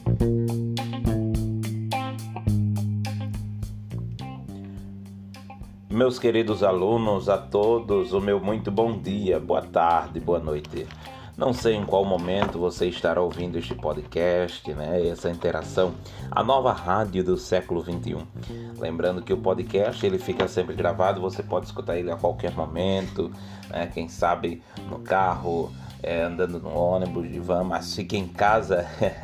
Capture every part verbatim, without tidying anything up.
Meus queridos alunos, a todos, o meu muito bom dia, boa tarde, boa noite. Não sei em qual momento você estará ouvindo este podcast, né? Essa interação, a nova rádio do século vinte e um. Lembrando que o podcast ele fica sempre gravado, você pode escutar ele a qualquer momento, né? Quem sabe no carro, é, andando no ônibus, de van, mas fique em casa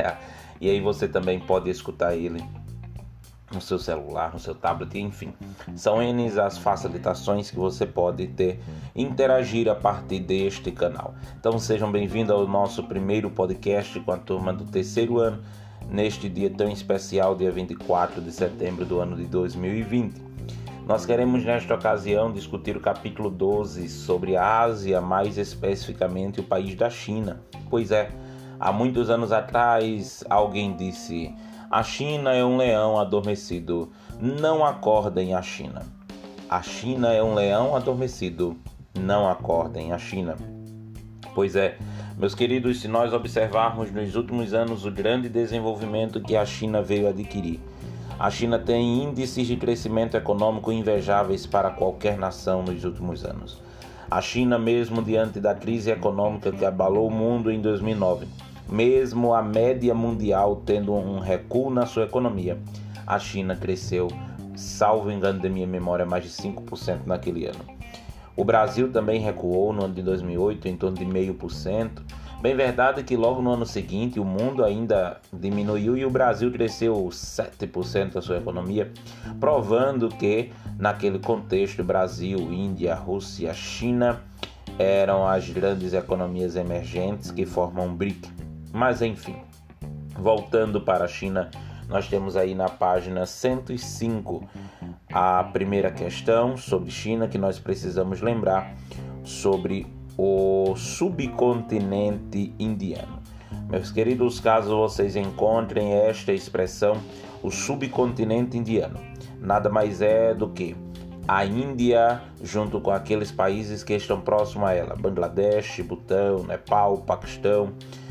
e aí você também pode escutar ele no seu celular, no seu tablet, enfim. São N as facilitações que você pode ter, interagir a partir deste canal. Então sejam bem-vindos ao nosso primeiro podcast com a turma do terceiro ano, neste dia tão especial, dia vinte e quatro de setembro do ano de dois mil e vinte. Nós queremos nesta ocasião discutir o capítulo doze sobre a Ásia, mais especificamente o país da China. Pois é, há muitos anos atrás alguém disse: a China é um leão adormecido, não acordem a China. A China é um leão adormecido, não acordem a China. Pois é, meus queridos, se nós observarmos nos últimos anos o grande desenvolvimento que a China veio adquirir, a China tem índices de crescimento econômico invejáveis para qualquer nação nos últimos anos. A China, mesmo diante da crise econômica que abalou o mundo em dois mil e nove, mesmo a média mundial tendo um recuo na sua economia, a China cresceu, salvo engano da minha memória, mais de cinco por cento naquele ano. O Brasil também recuou no ano de dois mil e oito em torno de zero vírgula cinco por cento. Bem verdade que logo no ano seguinte o mundo ainda diminuiu e o Brasil cresceu sete por cento da sua economia, provando que naquele contexto Brasil, Índia, Rússia, China eram as grandes economias emergentes que formam um B R I C. Mas enfim, voltando para a China, nós temos aí na página cento e cinco a primeira questão sobre China que nós precisamos lembrar sobre o subcontinente indiano. Meus queridos, caso vocês encontrem esta expressão, o subcontinente indiano, nada mais é do que a Índia junto com aqueles países que estão próximos a ela, Bangladesh, Butão, Nepal, Paquistão.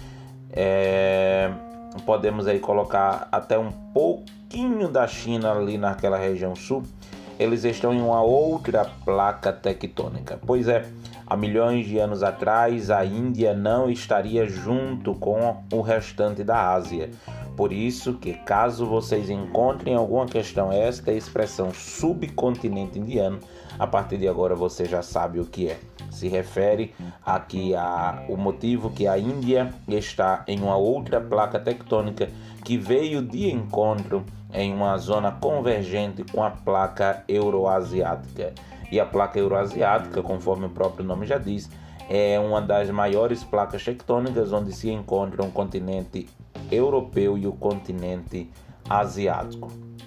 É, podemos aí colocar até um pouquinho da China ali naquela região sul. Eles estão em uma outra placa tectônica. Pois é, há milhões de anos atrás a Índia não estaria junto com o restante da Ásia. Por isso que, caso vocês encontrem alguma questão, esta expressão subcontinente indiano, a partir de agora você já sabe o que é. Se refere aqui ao motivo que a Índia está em uma outra placa tectônica que veio de encontro em uma zona convergente com a placa euroasiática. E a placa euroasiática, conforme o próprio nome já diz, é uma das maiores placas tectônicas onde se encontram o continente europeu e o continente asiático.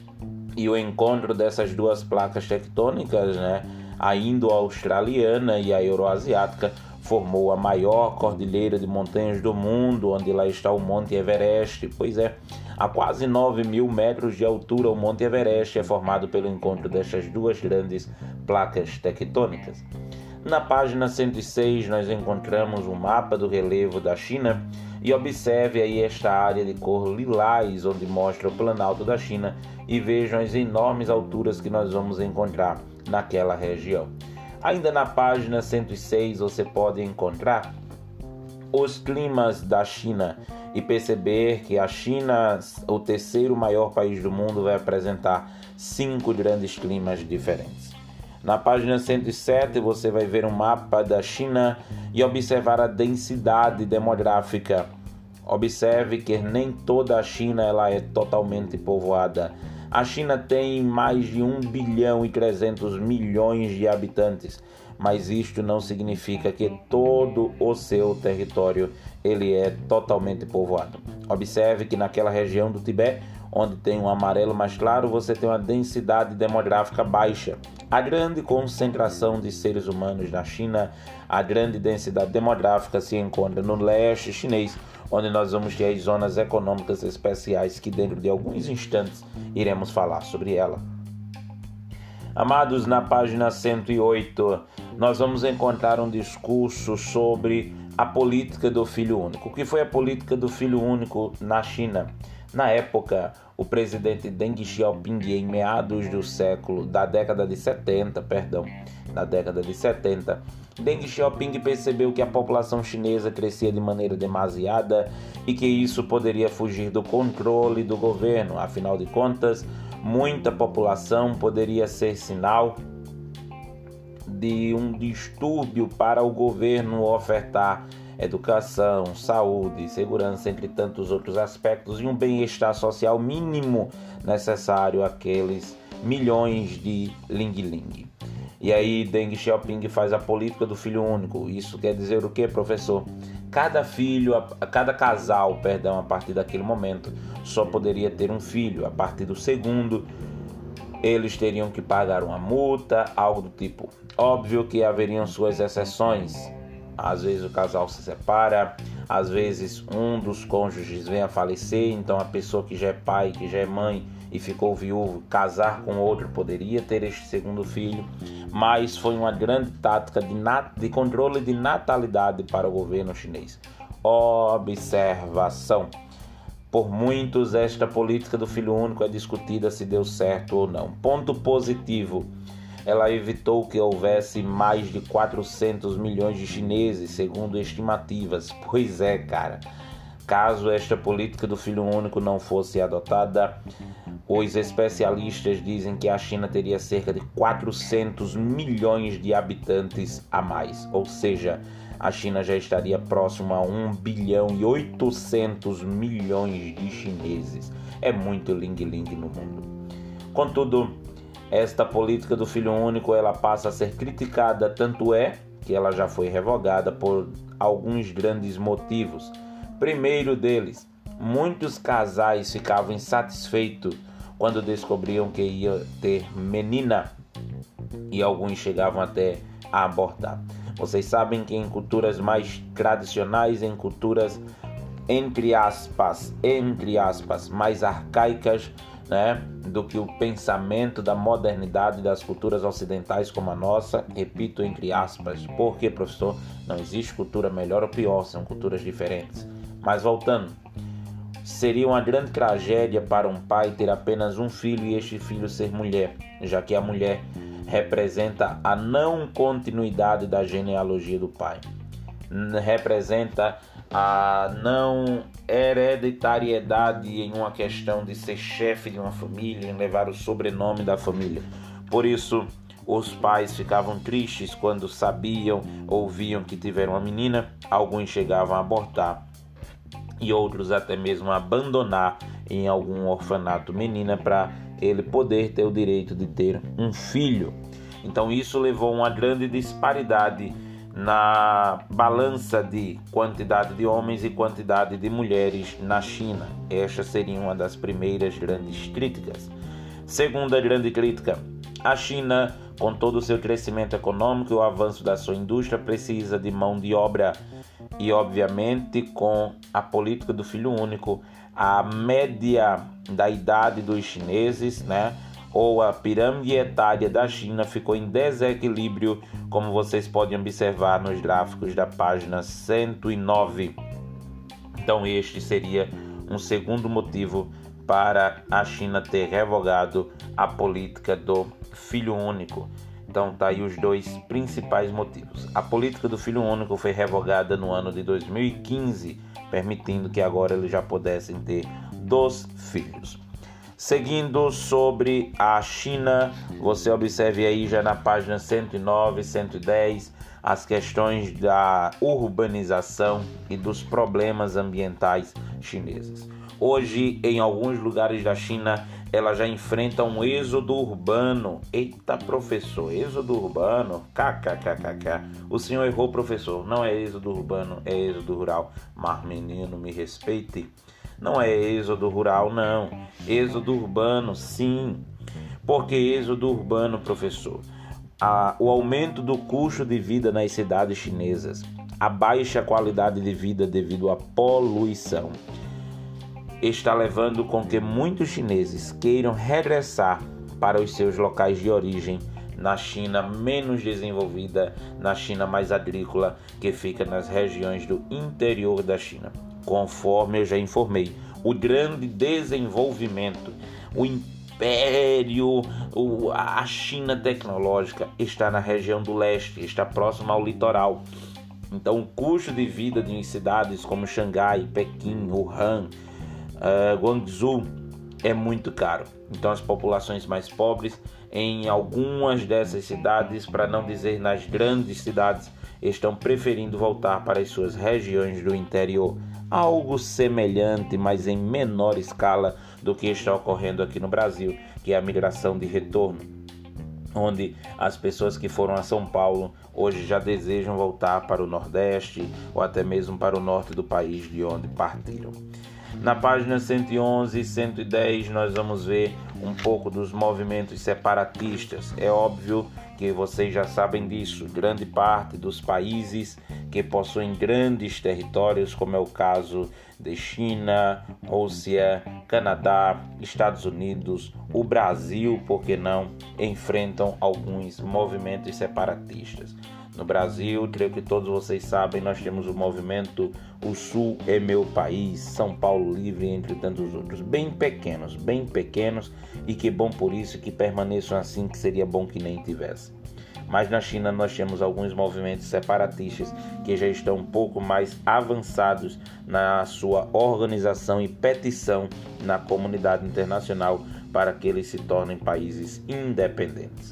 E o encontro dessas duas placas tectônicas, né, a indo-australiana e a euroasiática, formou a maior cordilheira de montanhas do mundo, onde lá está o Monte Everest. Pois é, a quase nove mil metros de altura, o Monte Everest é formado pelo encontro dessas duas grandes placas tectônicas. Na página cento e seis nós encontramos um mapa do relevo da China e observe aí esta área de cor lilás, onde mostra o Planalto da China, e vejam as enormes alturas que nós vamos encontrar naquela região. Ainda na página cento e seis você pode encontrar os climas da China e perceber que a China, o terceiro maior país do mundo, vai apresentar cinco grandes climas diferentes. Na página cento e sete você vai ver um mapa da China e observar a densidade demográfica. Observe que nem toda a China ela é totalmente povoada. A China tem mais de um bilhão e trezentos milhões de habitantes, mas isto não significa que todo o seu território ele é totalmente povoado. Observe que naquela região do Tibete, onde tem um amarelo mais claro, você tem uma densidade demográfica baixa. A grande concentração de seres humanos na China, a grande densidade demográfica se encontra no leste chinês, onde nós vamos ter as zonas econômicas especiais que dentro de alguns instantes iremos falar sobre ela. Amados, na página cento e oito, nós vamos encontrar um discurso sobre a política do filho único. O que foi a política do filho único na China? Na época, o presidente Deng Xiaoping, em meados do século, da década de setenta, perdão, na década de setenta, Deng Xiaoping percebeu que a população chinesa crescia de maneira demasiada e que isso poderia fugir do controle do governo. Afinal de contas, muita população poderia ser sinal de um distúrbio para o governo ofertar educação, saúde, segurança, entre tantos outros aspectos, e um bem-estar social mínimo necessário àqueles milhões de ling-ling. E aí Deng Xiaoping faz a política do filho único. Isso quer dizer o quê, professor? Cada filho, cada casal, perdão, a partir daquele momento, só poderia ter um filho. A partir do segundo, eles teriam que pagar uma multa, algo do tipo. Óbvio que haveriam suas exceções. Às vezes o casal se separa, às vezes um dos cônjuges vem a falecer, então a pessoa que já é pai, que já é mãe e ficou viúvo, casar com outro poderia ter este segundo filho, mas foi uma grande tática de, nat- de controle de natalidade para o governo chinês. Observação: por muitos, esta política do filho único é discutida se deu certo ou não. Ponto positivo: ela evitou que houvesse mais de quatrocentos milhões de chineses, segundo estimativas. Pois é, cara. Caso esta política do filho único não fosse adotada, os especialistas dizem que a China teria cerca de quatrocentos milhões de habitantes a mais. Ou seja, a China já estaria próximo a um bilhão e oitocentos milhões de chineses. É muito ling-ling no mundo. Contudo, esta política do filho único ela passa a ser criticada, tanto é que ela já foi revogada por alguns grandes motivos. Primeiro deles, muitos casais ficavam insatisfeitos quando descobriam que ia ter menina e alguns chegavam até a abortar. Vocês sabem que em culturas mais tradicionais, em culturas entre aspas, entre aspas, mais arcaicas, né, do que o pensamento da modernidade das culturas ocidentais como a nossa, repito, entre aspas. Por quê, professor? Não existe cultura melhor ou pior, são culturas diferentes. Mas voltando, seria uma grande tragédia para um pai ter apenas um filho e este filho ser mulher, já que a mulher representa a não continuidade da genealogia do pai, representa a não hereditariedade em uma questão de ser chefe de uma família, em levar o sobrenome da família. Por isso, os pais ficavam tristes quando sabiam, ouviam que tiveram uma menina, alguns chegavam a abortar e outros até mesmo a abandonar em algum orfanato menina para ele poder ter o direito de ter um filho. Então isso levou a uma grande disparidade na balança de quantidade de homens e quantidade de mulheres na China. Esta seria uma das primeiras grandes críticas. Segunda grande crítica: a China, com todo o seu crescimento econômico e o avanço da sua indústria, precisa de mão de obra. E, obviamente, com a política do filho único, a média da idade dos chineses, né, ou a pirâmide etária da China ficou em desequilíbrio, como vocês podem observar nos gráficos da página cento e nove. Então, este seria um segundo motivo para a China ter revogado a política do filho único. Então, tá aí os dois principais motivos. A política do filho único foi revogada no ano de dois mil e quinze, permitindo que agora eles já pudessem ter dois filhos. Seguindo sobre a China, você observe aí já na página cento e nove, cento e dez, as questões da urbanização e dos problemas ambientais chineses. Hoje, em alguns lugares da China, ela já enfrenta um êxodo urbano. Eita, professor, êxodo urbano? Kkkk. O senhor errou, professor. Não é êxodo urbano, é êxodo rural. Mas, menino, me respeite. Não é êxodo rural, não. Êxodo urbano, sim. Por que êxodo urbano, professor? A, o aumento do custo de vida nas cidades chinesas, a baixa qualidade de vida devido à poluição, está levando com que muitos chineses queiram regressar para os seus locais de origem na China menos desenvolvida, na China mais agrícola, que fica nas regiões do interior da China. Conforme eu já informei, o grande desenvolvimento, o império, a China tecnológica está na região do leste, está próxima ao litoral. Então, o custo de vida de cidades como Xangai, Pequim, Wuhan, uh, Guangzhou é muito caro. Então, as populações mais pobres em algumas dessas cidades, para não dizer nas grandes cidades, estão preferindo voltar para as suas regiões do interior. Algo semelhante, mas em menor escala do que está ocorrendo aqui no Brasil, que é a migração de retorno, onde as pessoas que foram a São Paulo hoje já desejam voltar para o Nordeste ou até mesmo para o norte do país de onde partiram. Na página cento e onze e cento e dez nós vamos ver um pouco dos movimentos separatistas. É óbvio que vocês já sabem disso. Grande parte dos países que possuem grandes territórios, como é o caso de China, Rússia, Canadá, Estados Unidos, o Brasil, por que não, enfrentam alguns movimentos separatistas. No Brasil, creio que todos vocês sabem, nós temos o movimento O Sul é Meu País, São Paulo Livre, entre tantos outros, bem pequenos, bem pequenos, e que bom por isso, que permaneçam assim, que seria bom que nem tivesse. Mas na China nós temos alguns movimentos separatistas que já estão um pouco mais avançados na sua organização e petição na comunidade internacional para que eles se tornem países independentes.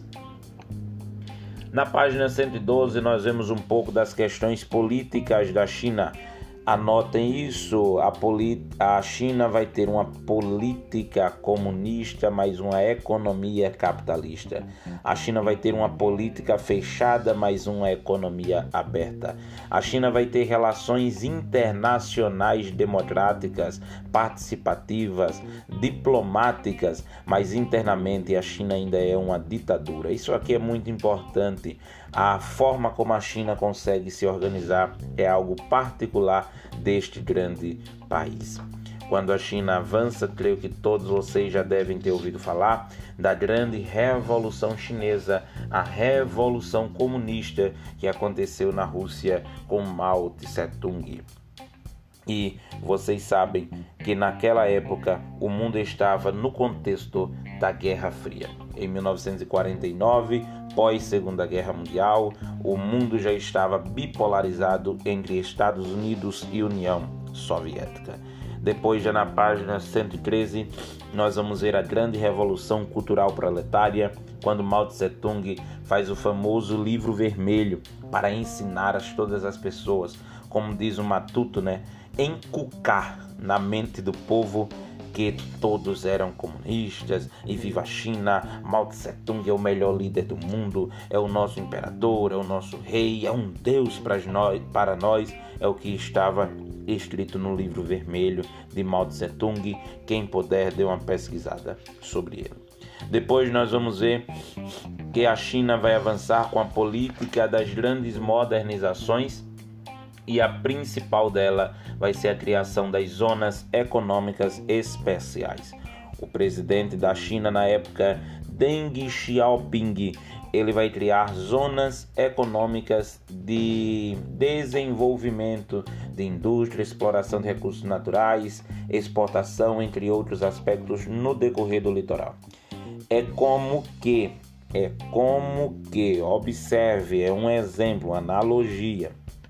Na página cento e doze nós vemos um pouco das questões políticas da China. Anotem isso, a, polit... a China vai ter uma política comunista, mas uma economia capitalista. A China vai ter uma política fechada, mas uma economia aberta. A China vai ter relações internacionais democráticas, participativas, diplomáticas, mas internamente a China ainda é uma ditadura. Isso aqui é muito importante. A forma como a China consegue se organizar é algo particular deste grande país. Quando a China avança, creio que todos vocês já devem ter ouvido falar da grande Revolução Chinesa, a Revolução Comunista que aconteceu na Rússia com Mao Tse-tung. E vocês sabem que naquela época o mundo estava no contexto da Guerra Fria. Em mil novecentos e quarenta e nove, pós Segunda Guerra Mundial, o mundo já estava bipolarizado entre Estados Unidos e União Soviética. Depois, já na página cento e treze, nós vamos ver a grande revolução cultural proletária, quando Mao Tse-tung faz o famoso livro vermelho para ensinar a todas as pessoas, como diz o matuto, né? Encucar na mente do povo que todos eram comunistas e viva a China, Mao Tse-tung é o melhor líder do mundo, é o nosso imperador, é o nosso rei, é um Deus para nós, para nós, é o que estava escrito no livro vermelho de Mao Tse-tung. Quem puder, dê uma pesquisada sobre ele. Depois nós vamos ver que a China vai avançar com a política das grandes modernizações, e a principal dela vai ser a criação das zonas econômicas especiais. O presidente da China na época, Deng Xiaoping, ele vai criar zonas econômicas de desenvolvimento de indústria, exploração de recursos naturais, exportação, entre outros aspectos no decorrer do litoral. É como que, é como que, observe, é um exemplo, uma analogia,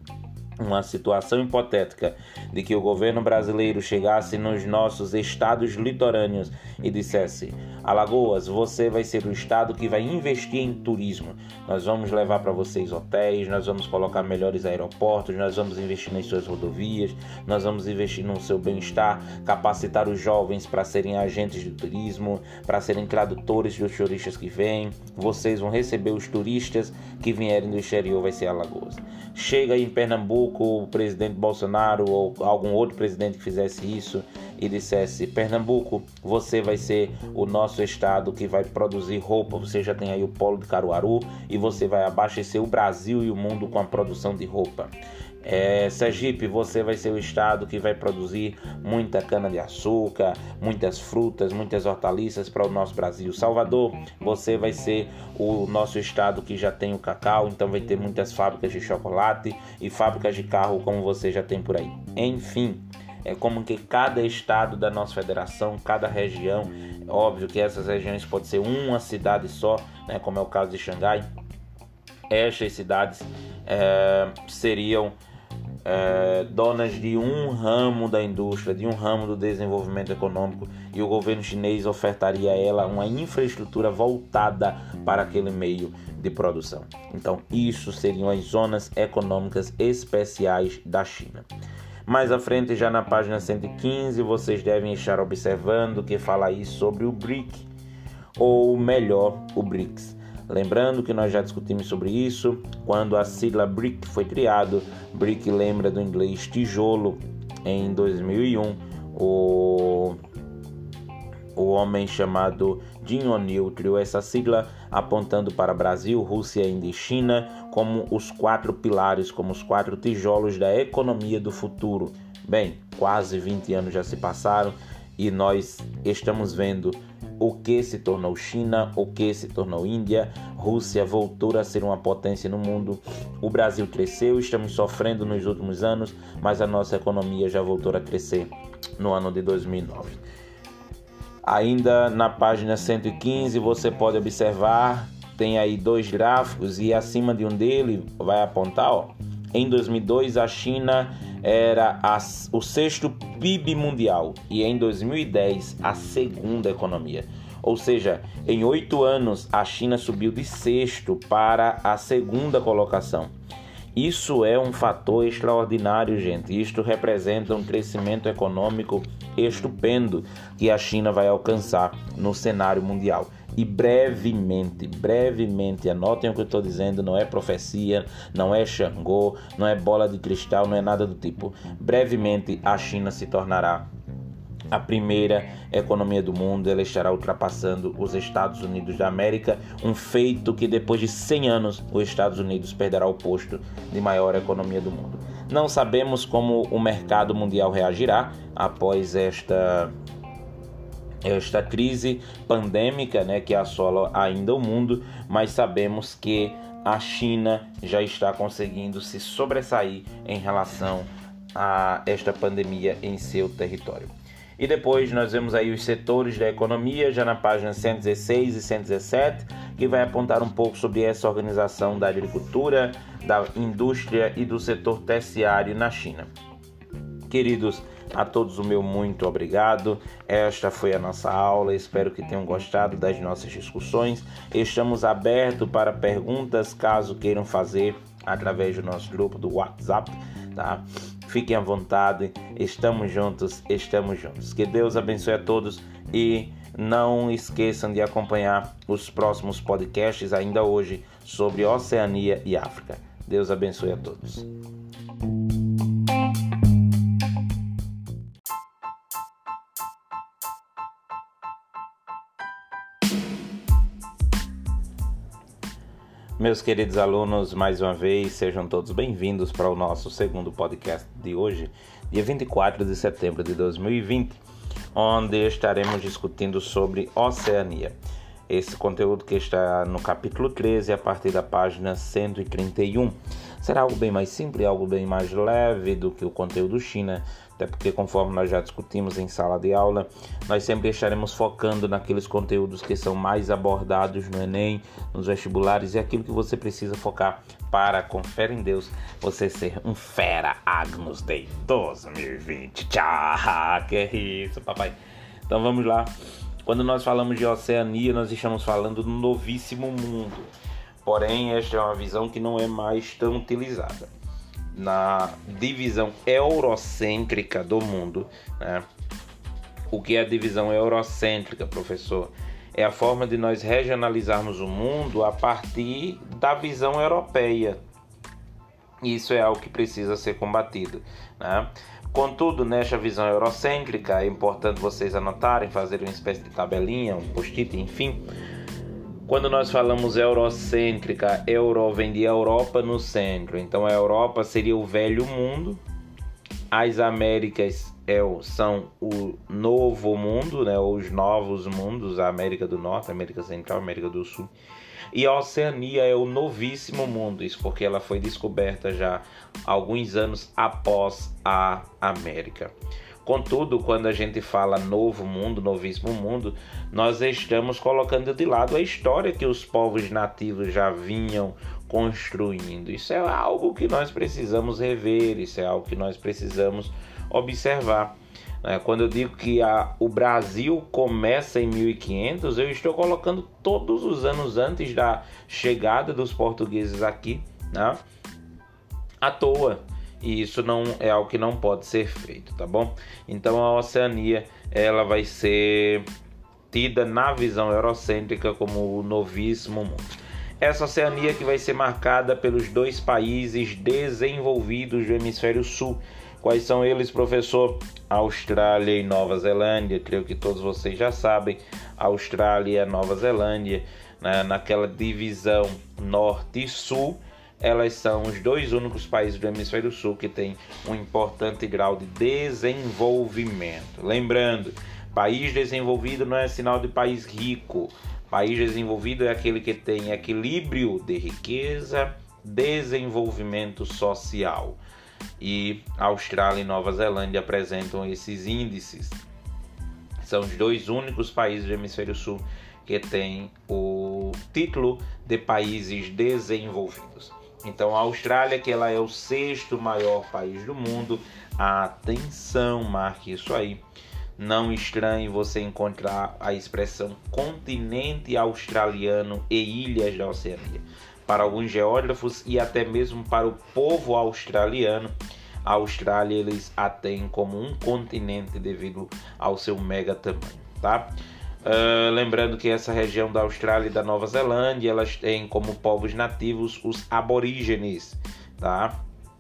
uma situação hipotética de que o governo brasileiro chegasse nos nossos estados litorâneos e dissesse: Alagoas, você vai ser o estado que vai investir em turismo. Nós vamos levar para vocês hotéis, nós vamos colocar melhores aeroportos, nós vamos investir nas suas rodovias, nós vamos investir no seu bem-estar, capacitar os jovens para serem agentes de turismo, para serem tradutores dos turistas que vêm. Vocês vão receber os turistas que vierem do exterior, vai ser Alagoas. Chega aí em Pernambuco o presidente Bolsonaro ou algum outro presidente que fizesse isso e dissesse: Pernambuco, você vai ser o nosso estado que vai produzir roupa, você já tem aí o polo de Caruaru e você vai abastecer o Brasil e o mundo com a produção de roupa. É, Sergipe, você vai ser o estado que vai produzir muita cana-de-açúcar, muitas frutas, muitas hortaliças para o nosso Brasil. Salvador, você vai ser o nosso estado que já tem o cacau, então vai ter muitas fábricas de chocolate e fábricas de carro como você já tem por aí. Enfim, é como que cada estado da nossa federação, cada região, óbvio que essas regiões podem ser uma cidade só, né, como é o caso de Xangai. Estas cidades é, seriam É, donas de um ramo da indústria, de um ramo do desenvolvimento econômico, e o governo chinês ofertaria a ela uma infraestrutura voltada para aquele meio de produção. Então, isso seriam as zonas econômicas especiais da China. Mais à frente, já na página cento e quinze, vocês devem estar observando que fala aí sobre o B R I C, ou melhor, o B R I C S. Lembrando que nós já discutimos sobre isso quando a sigla B R I C foi criado. B R I C lembra do inglês tijolo. Em dois mil e um, o, o homem chamado Jim O'Neill criou essa sigla apontando para Brasil, Rússia, Índia e China como os quatro pilares, como os quatro tijolos da economia do futuro. Bem, quase vinte anos já se passaram e nós estamos vendo o que se tornou China, o que se tornou Índia. Rússia voltou a ser uma potência no mundo. O Brasil cresceu, estamos sofrendo nos últimos anos, mas a nossa economia já voltou a crescer no ano de dois mil e nove. Ainda na página cento e quinze você pode observar, tem aí dois gráficos e acima de um deles vai apontar, ó, em dois mil e dois a China era a, o sexto P I B mundial e em dois mil e dez a segunda economia. Ou seja, em oito anos a China subiu de sexto para a segunda colocação. Isso é um fator extraordinário, gente. Isto representa um crescimento econômico estupendo que a China vai alcançar no cenário mundial. E brevemente, brevemente, anotem o que eu estou dizendo, não é profecia, não é Xangô, não é bola de cristal, não é nada do tipo. Brevemente a China se tornará a primeira economia do mundo, ela estará ultrapassando os Estados Unidos da América, um feito que depois de cem anos os Estados Unidos perderá o posto de maior economia do mundo. Não sabemos como o mercado mundial reagirá após esta esta crise pandêmica, né, que assola ainda o mundo, mas sabemos que a China já está conseguindo se sobressair em relação a esta pandemia em seu território. E depois nós vemos aí os setores da economia, já na página cento e dezesseis e cento e dezessete, que vai apontar um pouco sobre essa organização da agricultura, da indústria e do setor terciário na China. Queridos, a todos o meu muito obrigado. Esta foi a nossa aula, espero que tenham gostado das nossas discussões. Estamos abertos para perguntas, caso queiram fazer através do nosso grupo do WhatsApp, tá? Fiquem à vontade, estamos juntos, estamos juntos. Que Deus abençoe a todos e não esqueçam de acompanhar os próximos podcasts ainda hoje sobre Oceania e África. Deus abençoe a todos. Meus queridos alunos, mais uma vez, sejam todos bem-vindos para o nosso segundo podcast de hoje, dia vinte e quatro de setembro de dois mil e vinte, onde estaremos discutindo sobre Oceania. Esse conteúdo que está no capítulo treze, a partir da página cento e trinta e um. Será algo bem mais simples, algo bem mais leve do que o conteúdo China, até porque, conforme nós já discutimos em sala de aula, nós sempre estaremos focando naqueles conteúdos que são mais abordados no Enem, nos vestibulares, e aquilo que você precisa focar para, com fé em Deus, você ser um fera Agnus Dei dois mil e vinte. Tchau, que é isso, papai. Então vamos lá. Quando nós falamos de Oceania, nós estamos falando do novíssimo mundo. Porém, esta é uma visão que não é mais tão utilizada. Na divisão eurocêntrica do mundo, né? O que é a divisão eurocêntrica, professor? É a forma de nós regionalizarmos o mundo a partir da visão europeia. Isso é algo que precisa ser combatido, né? Contudo, nesta visão eurocêntrica, é importante vocês anotarem, fazerem uma espécie de tabelinha, um post-it, enfim. Quando nós falamos eurocêntrica, euro vem de Europa no centro. Então a Europa seria o velho mundo, as Américas é, são o novo mundo, né? Os novos mundos, a América do Norte, a América Central, a América do Sul. E a Oceania é o novíssimo mundo, isso porque ela foi descoberta já alguns anos após a América. Contudo, quando a gente fala novo mundo, novíssimo mundo, nós estamos colocando de lado a história que os povos nativos já vinham construindo. Isso é algo que nós precisamos rever, isso é algo que nós precisamos observar. Quando eu digo que a, o Brasil começa em mil e quinhentos, eu estou colocando todos os anos antes da chegada dos portugueses aqui, né, à toa. E isso não é algo que não pode ser feito, tá bom? Então a Oceania, ela vai ser tida na visão eurocêntrica como o novíssimo mundo. Essa Oceania que vai ser marcada pelos dois países desenvolvidos do hemisfério sul. Quais são eles, professor? Austrália e Nova Zelândia. Creio que todos vocês já sabem. Austrália e Nova Zelândia, né, naquela divisão norte e sul, elas são os dois únicos países do hemisfério sul que têm um importante grau de desenvolvimento. Lembrando, país desenvolvido não é sinal de país rico. País desenvolvido é aquele que tem equilíbrio de riqueza, desenvolvimento social. E Austrália e Nova Zelândia apresentam esses índices. São os dois únicos países do hemisfério sul que têm o título de países desenvolvidos. Então a Austrália, que ela é o sexto maior país do mundo, atenção, marque isso aí. Não estranhe você encontrar a expressão continente australiano e ilhas da Oceania. Para alguns geógrafos e até mesmo para o povo australiano, a Austrália eles a têm como um continente devido ao seu mega tamanho, tá? Uh, lembrando que essa região da Austrália e da Nova Zelândia, elas têm como povos nativos os aborígenes, tá?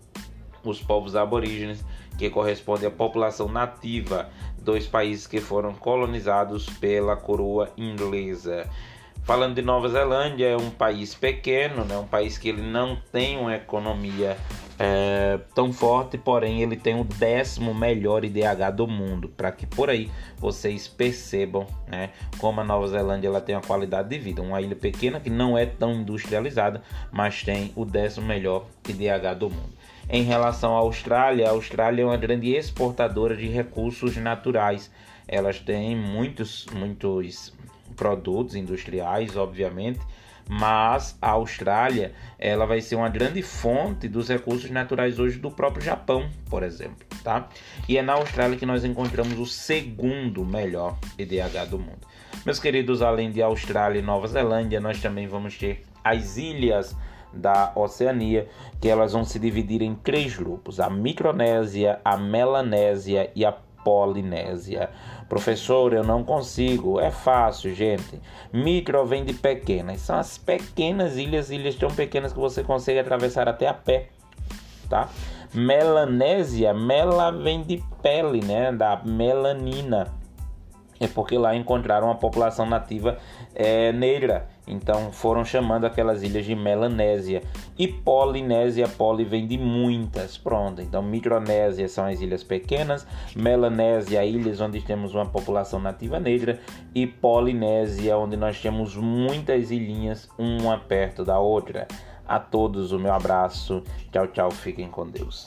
Os povos aborígenes, que correspondem à população nativa dos países que foram colonizados pela coroa inglesa. Falando de Nova Zelândia, é um país pequeno, né? Um país que ele não tem uma economia é, tão forte, porém ele tem o décimo melhor I D H do mundo, para que por aí vocês percebam, né, como a Nova Zelândia ela tem uma qualidade de vida. Uma ilha pequena que não é tão industrializada, mas tem o décimo melhor I D H do mundo. Em relação à Austrália, a Austrália é uma grande exportadora de recursos naturais. Elas têm muitos, muitos produtos industriais, obviamente, mas a Austrália ela vai ser uma grande fonte dos recursos naturais hoje do próprio Japão, por exemplo, tá? E é na Austrália que nós encontramos o segundo melhor I D H do mundo. Meus queridos, além de Austrália e Nova Zelândia, nós também vamos ter as ilhas da Oceania, que elas vão se dividir em três grupos: a Micronésia, a Melanésia e a Polinésia. Professor, eu não consigo. É fácil, gente. Micro vem de pequenas. São as pequenas ilhas, ilhas tão pequenas que você consegue atravessar até a pé, tá? Melanésia, mela vem de pele, né? Da melanina. É porque lá encontraram uma população nativa é, negra. Então foram chamando aquelas ilhas de Melanésia. E Polinésia, poli vem de muitas. Pronto, então Micronésia são as ilhas pequenas, Melanésia, ilhas onde temos uma população nativa negra, e Polinésia, onde nós temos muitas ilhinhas, uma perto da outra. A todos o meu abraço. Tchau, tchau, fiquem com Deus.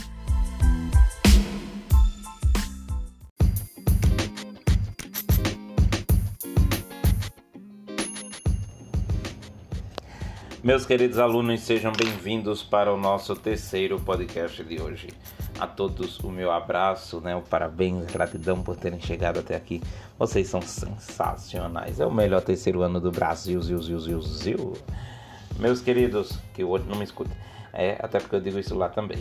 Meus queridos alunos, sejam bem-vindos para o nosso terceiro podcast de hoje. A todos o meu abraço, né? O parabéns, gratidão por terem chegado até aqui. Vocês são sensacionais. É o melhor terceiro ano do Brasil, ziu, ziu, ziu, ziu. Meus queridos, que o outro não me escuta. É, até porque eu digo isso lá também.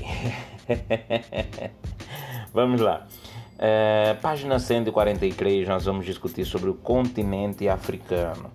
Vamos lá. É, página cento e quarenta e três, nós vamos discutir sobre o continente africano.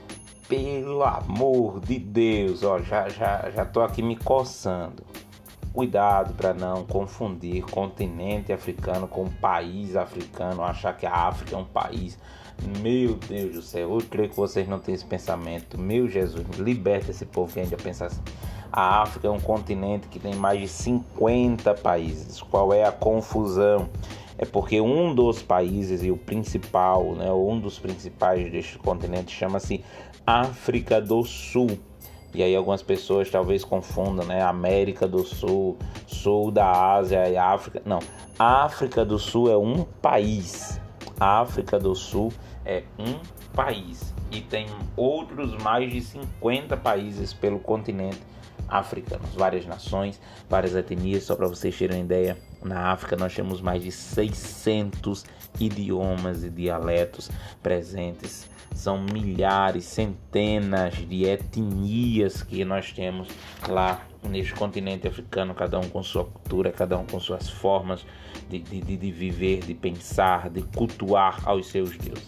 Pelo amor de Deus, ó, já, já, já tô aqui me coçando. Cuidado para não confundir continente africano com país africano, achar que a África é um país. Meu Deus do céu, eu creio que vocês não têm esse pensamento. Meu Jesus, liberta esse povo que ainda pensa assim. A África é um continente que tem mais de cinquenta países. Qual é a confusão? É porque um dos países, e o principal, né, um dos principais deste continente, chama-se África do Sul. E aí algumas pessoas talvez confundam, né? América do Sul, Sul da Ásia e África. Não, África do Sul é um país. A África do Sul é um país. E tem outros mais de cinquenta países pelo continente africano. Várias nações, várias etnias. Só para vocês terem uma ideia, na África nós temos mais de seiscentos idiomas e dialetos presentes. São milhares, centenas de etnias que nós temos lá neste continente africano, cada um com sua cultura, cada um com suas formas de, de, de viver, de pensar, de cultuar aos seus deuses.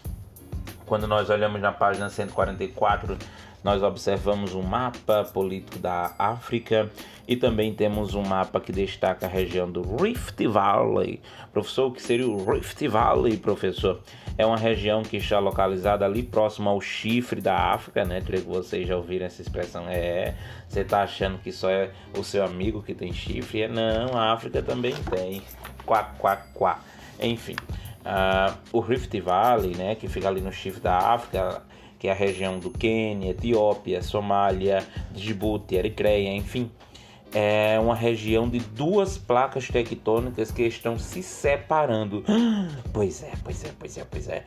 Quando nós olhamos na página cento e quarenta e quatro, nós observamos um mapa político da África e também temos um mapa que destaca a região do Rift Valley. Professor, o que seria o Rift Valley, professor? É uma região que está localizada ali próximo ao chifre da África, né? Creio que vocês já ouviram essa expressão. É, você está achando que só é o seu amigo que tem chifre? É, não, a África também tem. Quá, quá, quá. Enfim, uh, o Rift Valley, né, que fica ali no chifre da África, que é a região do Quênia, Etiópia, Somália, Djibouti, Eritreia, enfim. É uma região de duas placas tectônicas que estão se separando. Pois é, pois é, pois é, pois é.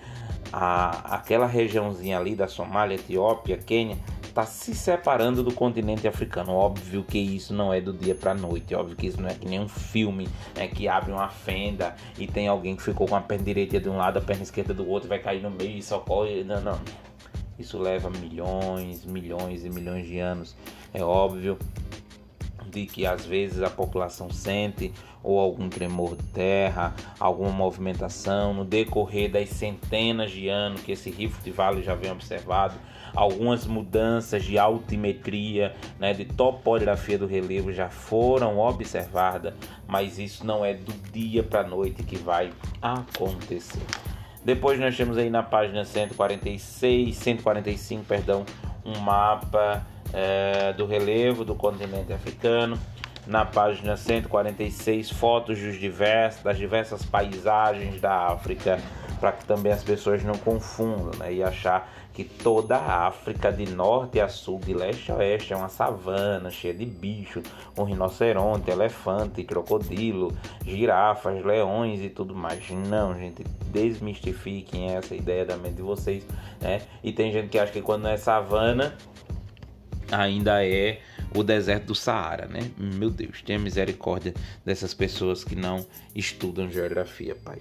A, aquela regiãozinha ali da Somália, Etiópia, Quênia, está se separando do continente africano. Óbvio que isso não é do dia para a noite. Óbvio que isso não é que nem um filme, né, que abre uma fenda e tem alguém que ficou com a perna direita de um lado, a perna esquerda do outro, vai cair no meio e socorre. Não, não. Isso leva milhões, milhões e milhões de anos. É óbvio de que às vezes a população sente ou algum tremor de terra, alguma movimentação no decorrer das centenas de anos que esse Rift Valley já vem observado, algumas mudanças de altimetria, né, de topografia do relevo já foram observadas, mas isso não é do dia para a noite que vai acontecer. Depois nós temos aí na página cento e quarenta e seis, cento e quarenta e cinco, perdão, um mapa é, do relevo do continente africano. Na página cento e quarenta e seis, fotos dos diversos, das diversas paisagens da África, para que também as pessoas não confundam, né, e achar que toda a África, de norte a sul, de leste a oeste, é uma savana cheia de bicho, um rinoceronte, elefante, crocodilo, girafas, leões e tudo mais. Não, gente, desmistifiquem essa ideia da mente de vocês, né? E tem gente que acha que quando não é savana, ainda é o deserto do Saara, né? Meu Deus, tenha misericórdia dessas pessoas que não estudam geografia, Pai.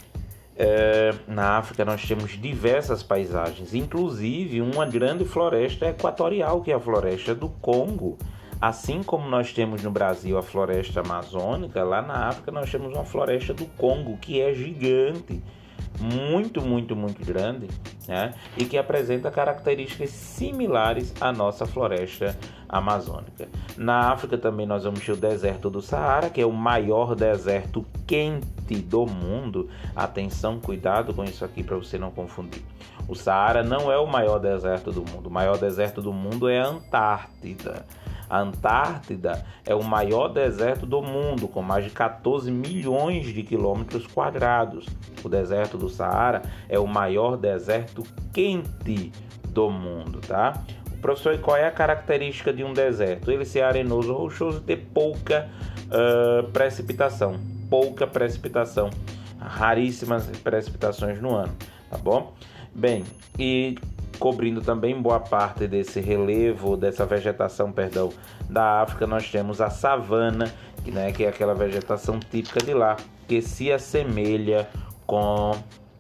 É, na África nós temos diversas paisagens, inclusive uma grande floresta equatorial, que é a floresta do Congo. Assim como nós temos no Brasil a floresta amazônica, lá na África nós temos uma floresta do Congo, que é gigante, muito, muito, muito grande, né? E que apresenta características similares à nossa floresta amazônica. Na África também nós vamos ter o deserto do Saara, que é o maior deserto quente do mundo. Atenção, cuidado com isso aqui para você não confundir. O Saara não é o maior deserto do mundo. O maior deserto do mundo é a Antártida. A Antártida é o maior deserto do mundo, com mais de quatorze milhões de quilômetros quadrados. O deserto do Saara é o maior deserto quente do mundo, tá? Professor, qual é a característica de um deserto? Ele ser arenoso, rochoso e ter pouca uh, precipitação. Pouca precipitação. Raríssimas precipitações no ano, tá bom? Bem, e cobrindo também boa parte desse relevo, dessa vegetação, perdão, da África, nós temos a savana, que, né, que é aquela vegetação típica de lá, que se assemelha com,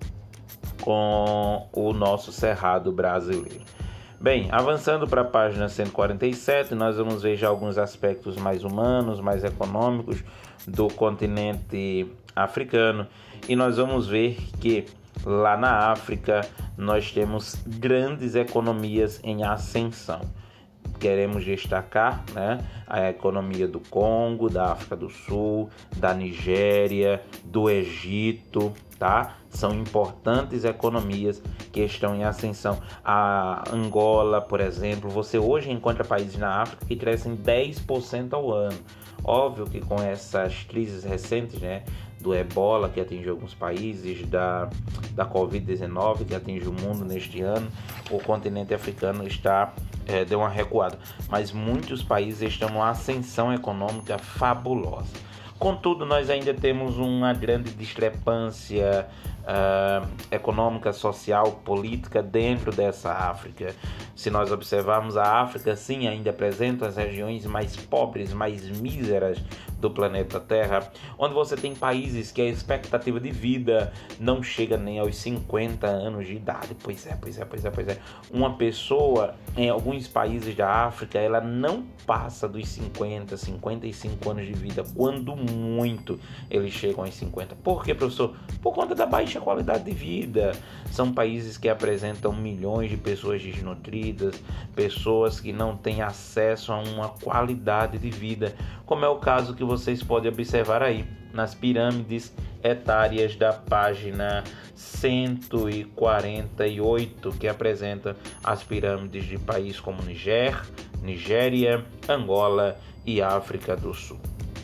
com o nosso cerrado brasileiro. Bem, avançando para a página cento e quarenta e sete, nós vamos ver já alguns aspectos mais humanos, mais econômicos do continente africano, e nós vamos ver que lá na África nós temos grandes economias em ascensão. queremos destacar, né, a economia do Congo, da África do Sul, da Nigéria, do Egito, tá? São importantes economias que estão em ascensão. A Angola, por exemplo, você hoje encontra países na África que crescem dez por cento ao ano. Óbvio que com essas crises recentes, né, do Ebola, que atinge alguns países, da, da covid dezenove, que atinge o mundo neste ano, o continente africano está, é, deu uma recuada. Mas muitos países estão numa ascensão econômica fabulosa. Contudo, nós ainda temos uma grande discrepância uh, econômica, social, política dentro dessa África. Se nós observarmos, a África, sim, ainda apresenta as regiões mais pobres, mais míseras do planeta Terra, onde você tem países que a expectativa de vida não chega nem aos cinquenta anos de idade. Pois é, pois é, pois é, pois é. Uma pessoa, em alguns países da África, ela não passa dos cinquenta, cinquenta e cinco anos de vida, quando muito eles chegam aos cinquenta. Por quê, professor? Por conta da baixa qualidade de vida. São países que apresentam milhões de pessoas desnutridas, pessoas que não têm acesso a uma qualidade de vida, como é o caso que vocês podem observar aí nas pirâmides etárias da página cento e quarenta e oito, que apresenta as pirâmides de países como Niger, Nigéria, Angola e África do Sul.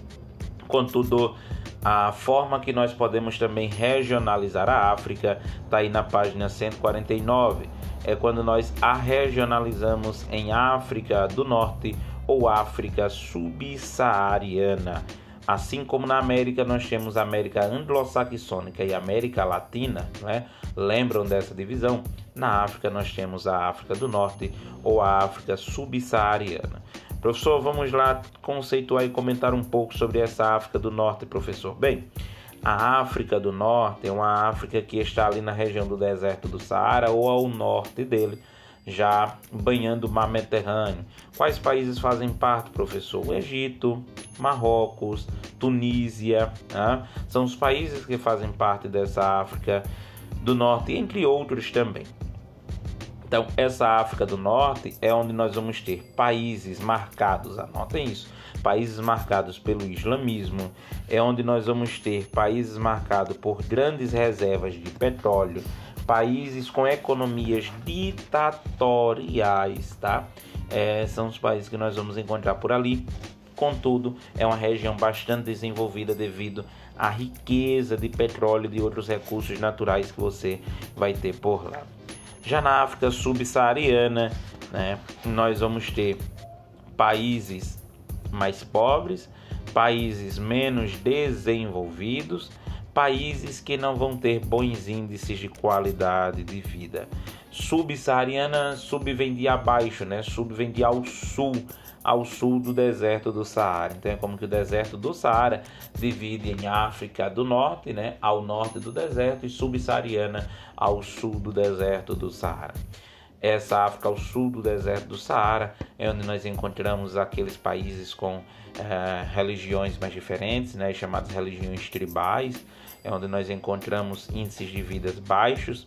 Contudo, a forma que nós podemos também regionalizar a África está aí na página cento e quarenta e nove. É quando nós a regionalizamos em África do Norte ou África subsaariana. Assim como na América nós temos a América anglo-saxônica e América Latina, né? Lembram dessa divisão? Na África nós temos a África do Norte ou a África subsaariana. Professor, vamos lá conceituar e comentar um pouco sobre essa África do Norte, professor. Bem, a África do Norte é uma África que está ali na região do deserto do Saara ou ao norte dele, já banhando o mar Mediterrâneo. Quais países fazem parte, professor? O Egito, Marrocos, Tunísia, né? São os países que fazem parte dessa África do Norte, entre outros também. Então, essa África do Norte é onde nós vamos ter países marcados, anotem isso, países marcados pelo islamismo, é onde nós vamos ter países marcados por grandes reservas de petróleo, países com economias ditatoriais, tá? É, são os países que nós vamos encontrar por ali. Contudo, é uma região bastante desenvolvida devido à riqueza de petróleo e de outros recursos naturais que você vai ter por lá. Já na África subsaariana, né, nós vamos ter países mais pobres, países menos desenvolvidos, países que não vão ter bons índices de qualidade de vida. Subsaariana, sub vem de abaixo, né? Sub vem de ao sul, ao sul do deserto do Saara. Então é como que o deserto do Saara divide em África do Norte, né, ao norte do deserto, e subsaariana ao sul do deserto do Saara. Essa África ao sul do deserto do Saara é onde nós encontramos aqueles países com eh, religiões mais diferentes, né, chamadas religiões tribais, é onde nós encontramos índices de vidas baixos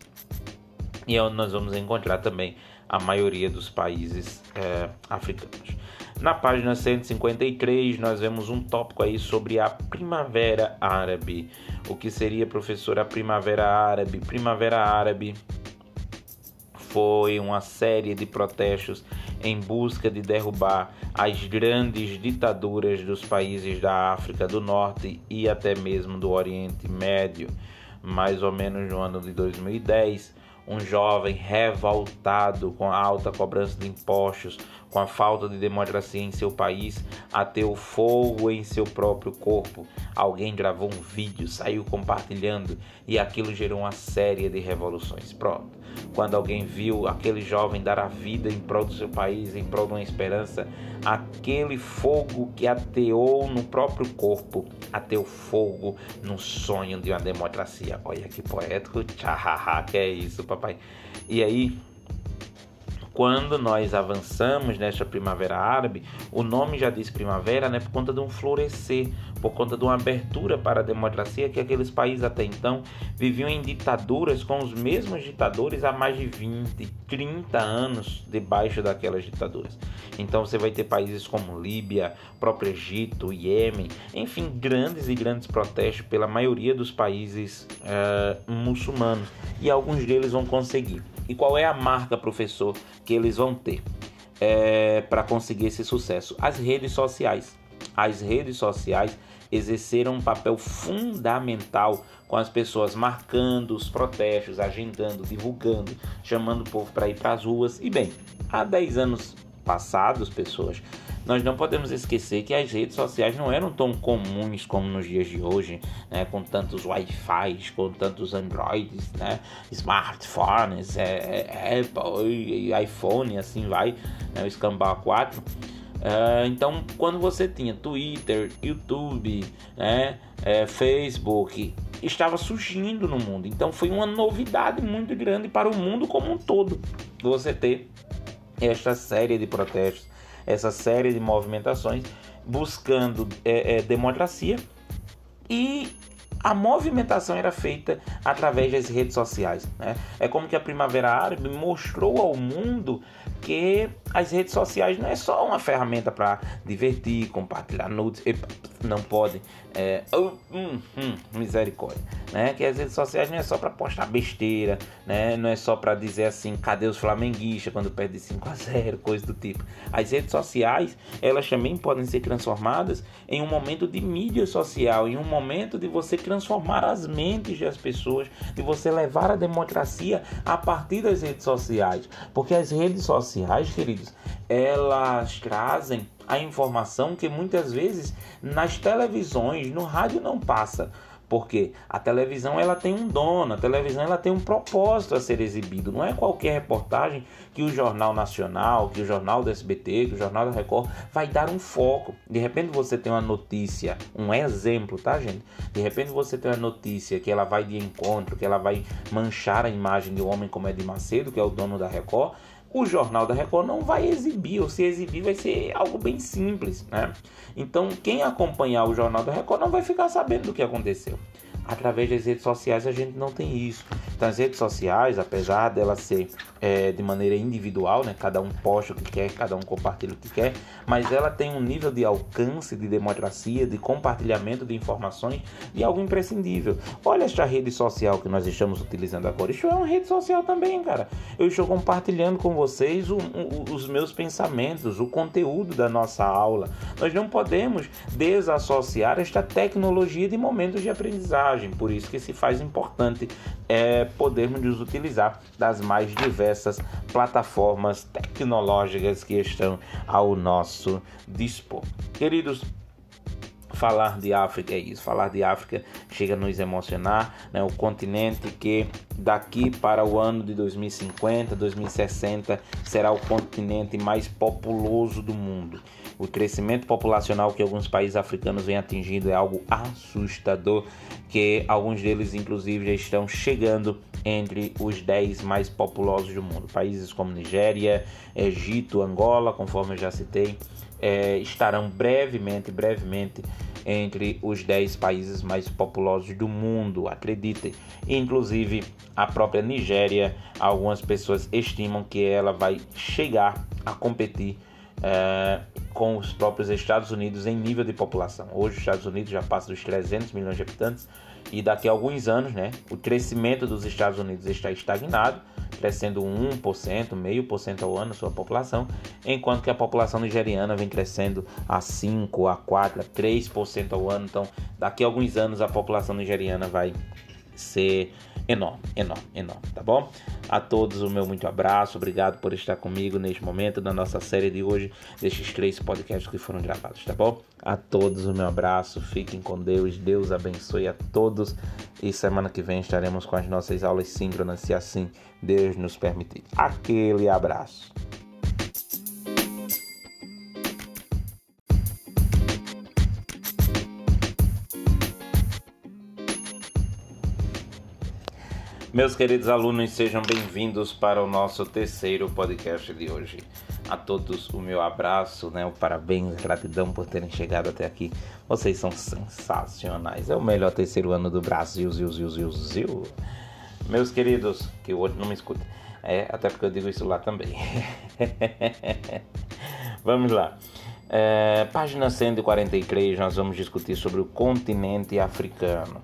e é onde nós vamos encontrar também a maioria dos países eh, africanos. Na página cento e cinquenta e três, nós vemos um tópico aí sobre a Primavera Árabe. O que seria, professor, a Primavera Árabe? Primavera Árabe foi uma série de protestos em busca de derrubar as grandes ditaduras dos países da África do Norte e até mesmo do Oriente Médio. Mais ou menos no ano de dois mil e dez, um jovem revoltado com a alta cobrança de impostos, com a falta de democracia em seu país, ateu fogo em seu próprio corpo. Alguém gravou um vídeo, saiu compartilhando e aquilo gerou uma série de revoluções. Pronto. Quando alguém viu aquele jovem dar a vida em prol do seu país, em prol de uma esperança, aquele fogo que ateou no próprio corpo, ateou fogo no sonho de uma democracia. Olha que poético, tchahaha, que é isso, papai. E aí, quando nós avançamos nesta Primavera Árabe, o nome já diz primavera, né, por conta de um florescer, por conta de uma abertura para a democracia, que aqueles países até então viviam em ditaduras com os mesmos ditadores há mais de vinte, trinta anos debaixo daquelas ditaduras. Então você vai ter países como Líbia, próprio Egito, Iêmen, enfim, grandes e grandes protestos pela maioria dos países uh, muçulmanos, e alguns deles vão conseguir. E qual é a marca, professor, que eles vão ter é, para conseguir esse sucesso? As redes sociais. As redes sociais exerceram um papel fundamental, com as pessoas marcando os protestos, agendando, divulgando, chamando o povo para ir para as ruas. E bem, há dez anos passados, pessoas, nós não podemos esquecer que as redes sociais não eram tão comuns como nos dias de hoje, né? Com tantos Wi-Fi, com tantos Androids, né? Smartphones, é, é, Apple e iPhone, assim vai, né? O escambau quatro. Uh, então, quando você tinha Twitter, YouTube, né? é, Facebook, estava surgindo no mundo. Então, foi uma novidade muito grande para o mundo como um todo você ter esta série de protestos, essa série de movimentações buscando é, é, democracia, e a movimentação era feita através das redes sociais, né? É como que a Primavera Árabe mostrou ao mundo que as redes sociais não é só uma ferramenta para divertir, compartilhar nudes, não pode, é, oh, hum, hum, misericórdia, né? Que as redes sociais não é só para postar besteira, né? Não é só para dizer assim, cadê os flamenguistas quando perde cinco a zero, coisa do tipo. As redes sociais, elas também podem ser transformadas em um momento de mídia social, em um momento de você transformar as mentes das pessoas, de você levar a democracia a partir das redes sociais, porque as redes sociais, queridos, elas trazem a informação que muitas vezes nas televisões, no rádio não passa. Porque a televisão ela tem um dono, a televisão ela tem um propósito a ser exibido. Não é qualquer reportagem que o Jornal Nacional, que o Jornal do S B T, que o Jornal da Record vai dar um foco. De repente você tem uma notícia, um exemplo, tá, gente? De repente você tem uma notícia que ela vai de encontro, que ela vai manchar a imagem de um homem como Edir Macedo, que é o dono da Record. O Jornal da Record não vai exibir, ou se exibir vai ser algo bem simples, né? Então, quem acompanhar o Jornal da Record não vai ficar sabendo do que aconteceu. Através das redes sociais a gente não tem isso. Então, as redes sociais, apesar dela ser é, de maneira individual, né? Cada um posta o que quer, cada um compartilha o que quer, mas ela tem um nível de alcance, de democracia, de compartilhamento de informações, de algo imprescindível. Olha esta rede social que nós estamos utilizando agora. Isso é uma rede social também, cara. Eu estou compartilhando com vocês o, o, os meus pensamentos, o conteúdo da nossa aula. Nós não podemos desassociar esta tecnologia de momentos de aprendizagem. Por isso que se faz importante é, podermos nos utilizar das mais diversas plataformas tecnológicas que estão ao nosso dispor. Queridos, falar de África é isso. Falar de África chega a nos emocionar, né? O continente que daqui para o ano de dois mil e cinquenta, dois mil e sessenta será o continente mais populoso do mundo. O crescimento populacional que alguns países africanos vêm atingindo é algo assustador, que alguns deles inclusive já estão chegando entre os dez mais populosos do mundo. Países como Nigéria, Egito, Angola, conforme eu já citei, é, estarão brevemente, brevemente entre os dez países mais populosos do mundo, acreditem. Inclusive a própria Nigéria, algumas pessoas estimam que ela vai chegar a competir é, com os próprios Estados Unidos em nível de população. Hoje os Estados Unidos já passa dos trezentos milhões de habitantes, e daqui a alguns anos, né, o crescimento dos Estados Unidos está estagnado, crescendo um por cento, meio por cento ao ano sua população, enquanto que a população nigeriana vem crescendo a cinco, a quatro, a três por cento ao ano. Então, daqui a alguns anos a população nigeriana vai ser enorme, enorme, enorme, tá bom? A todos o meu muito abraço, obrigado por estar comigo neste momento da nossa série de hoje, destes três podcasts que foram gravados, tá bom? A todos o meu abraço, fiquem com Deus, Deus abençoe a todos, e semana que vem estaremos com as nossas aulas síncronas, se assim Deus nos permitir. Aquele abraço. Meus queridos alunos, sejam bem-vindos para o nosso terceiro podcast de hoje. A todos o meu abraço, né? O parabéns, gratidão por terem chegado até aqui. Vocês são sensacionais. É o melhor terceiro ano do Brasil, ziu, ziu, ziu, ziu. Meus queridos, que o outro não me escuta. É, até porque eu digo isso lá também. Vamos lá. É, página cento e quarenta e três, nós vamos discutir sobre o continente africano.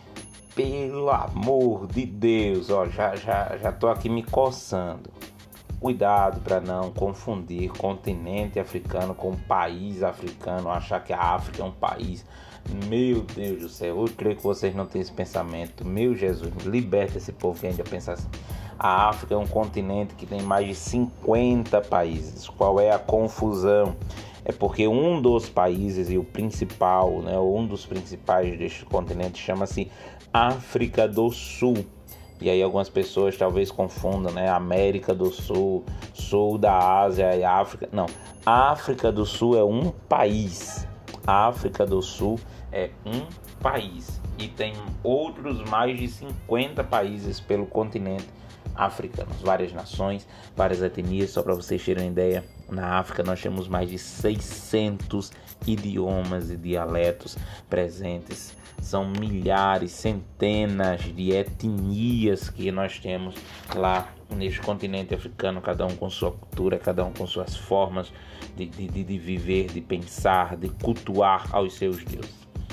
Pelo amor de Deus, ó, já, já, já tô aqui me coçando. Cuidado para não confundir continente africano com país africano, achar que a África é um país. Meu Deus do céu, eu creio que vocês não têm esse pensamento. Meu Jesus, liberta esse povo que ainda pensa assim. A África é um continente que tem mais de cinquenta países. Qual é a confusão? É porque um dos países e o principal, né, um dos principais deste continente chama-se África do Sul. E aí algumas pessoas talvez confundam, né? América do Sul, Sul da Ásia e África. Não, África do Sul é um país. África do Sul é um país. E tem outros mais de cinquenta países pelo continente africano. Várias nações, várias etnias. Só para vocês terem uma ideia, na África nós temos mais de seiscentos idiomas e dialetos presentes. São milhares, centenas de etnias que nós temos lá neste continente africano, cada um com sua cultura, cada um com suas formas de, de, de viver, de pensar, de cultuar aos seus deuses.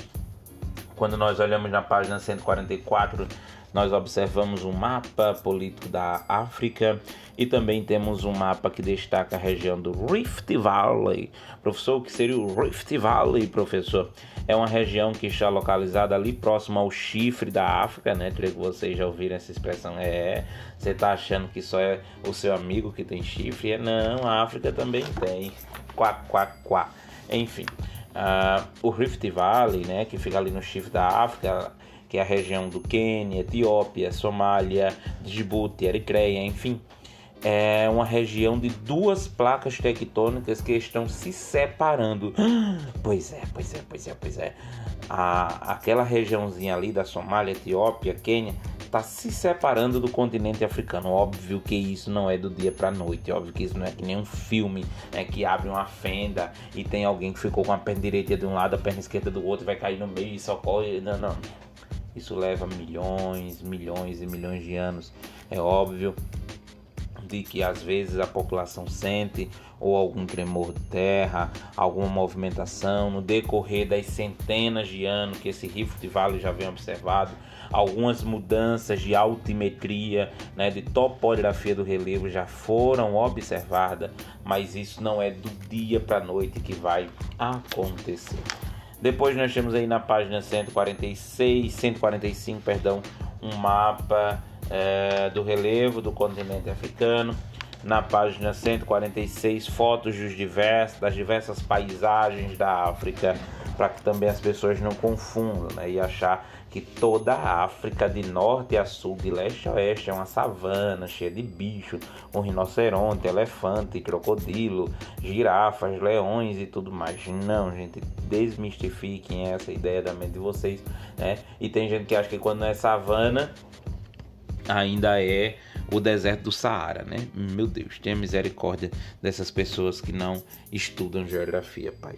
Quando nós olhamos na página cento e quarenta e quatro, nós observamos um mapa político da África e também temos um mapa que destaca a região do Rift Valley. Professor, o que seria o Rift Valley, professor? É uma região que está localizada ali próximo ao chifre da África, né? Creio que vocês já ouviram essa expressão. É, você está achando que só é o seu amigo que tem chifre? É, não, a África também tem. Quá, quá, quá. Enfim, uh, o Rift Valley, né, que fica ali no chifre da África, que é a região do Quênia, Etiópia, Somália, Djibouti, Eritreia, enfim. É uma região de duas placas tectônicas que estão se separando. Pois é, pois é, pois é, pois é. A, aquela regiãozinha ali da Somália, Etiópia, Quênia, está se separando do continente africano. Óbvio que isso não é do dia para a noite. Óbvio que isso não é que nem um filme, né, que abre uma fenda e tem alguém que ficou com a perna direita de um lado, a perna esquerda do outro, vai cair no meio e socorre. Não, não. Isso leva milhões, milhões e milhões de anos. É óbvio de que às vezes a população sente ou algum tremor de terra, alguma movimentação no decorrer das centenas de anos que esse Rift Valley já vem observado, algumas mudanças de altimetria, né, de topografia do relevo já foram observadas, mas isso não é do dia para a noite que vai acontecer. Depois nós temos aí na página cento e quarenta e seis, cento e quarenta e cinco, perdão, um mapa é, do relevo do continente africano. Na página cento e quarenta e seis, fotos dos diversos, das diversas paisagens da África, para que também as pessoas não confundam, né, e achar que toda a África de norte a sul, de leste a oeste, é uma savana cheia de bicho, um rinoceronte, elefante, crocodilo, girafas, leões e tudo mais. Não, gente, desmistifiquem essa ideia da mente de vocês, né? E tem gente que acha que quando não é savana, ainda é o deserto do Saara, né? Meu Deus, tenha misericórdia dessas pessoas que não estudam geografia, pai.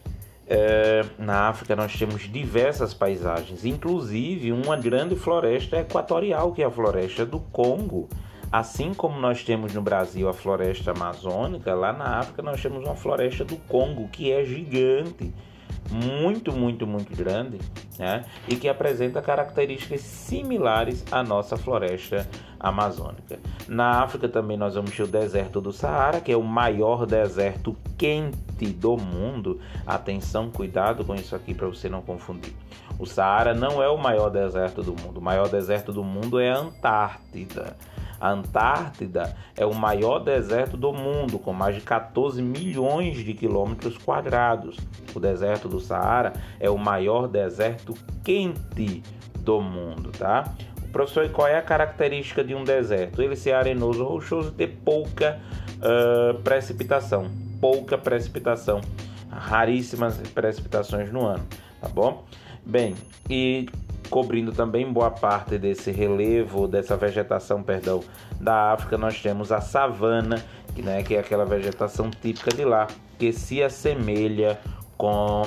É, na África nós temos diversas paisagens, inclusive uma grande floresta equatorial, que é a floresta do Congo. Assim como nós temos no Brasil a floresta amazônica, lá na África nós temos uma floresta do Congo, que é gigante, muito, muito, muito grande, né? E que apresenta características similares à nossa floresta amazônica. Na África também nós vamos ter o deserto do Saara, que é o maior deserto quente do mundo. Atenção, cuidado com isso aqui para você não confundir. O Saara não é o maior deserto do mundo. O maior deserto do mundo é a Antártida. A Antártida é o maior deserto do mundo, com mais de quatorze milhões de quilômetros quadrados. O deserto do Saara é o maior deserto quente do mundo, tá? Professor, e qual é a característica de um deserto? Ele ser arenoso ou rochoso e ter pouca uh, precipitação. Pouca precipitação. Raríssimas precipitações no ano, tá bom? Bem, e cobrindo também boa parte desse relevo, dessa vegetação, perdão, da África, nós temos a savana, que, né, que é aquela vegetação típica de lá, que se assemelha com,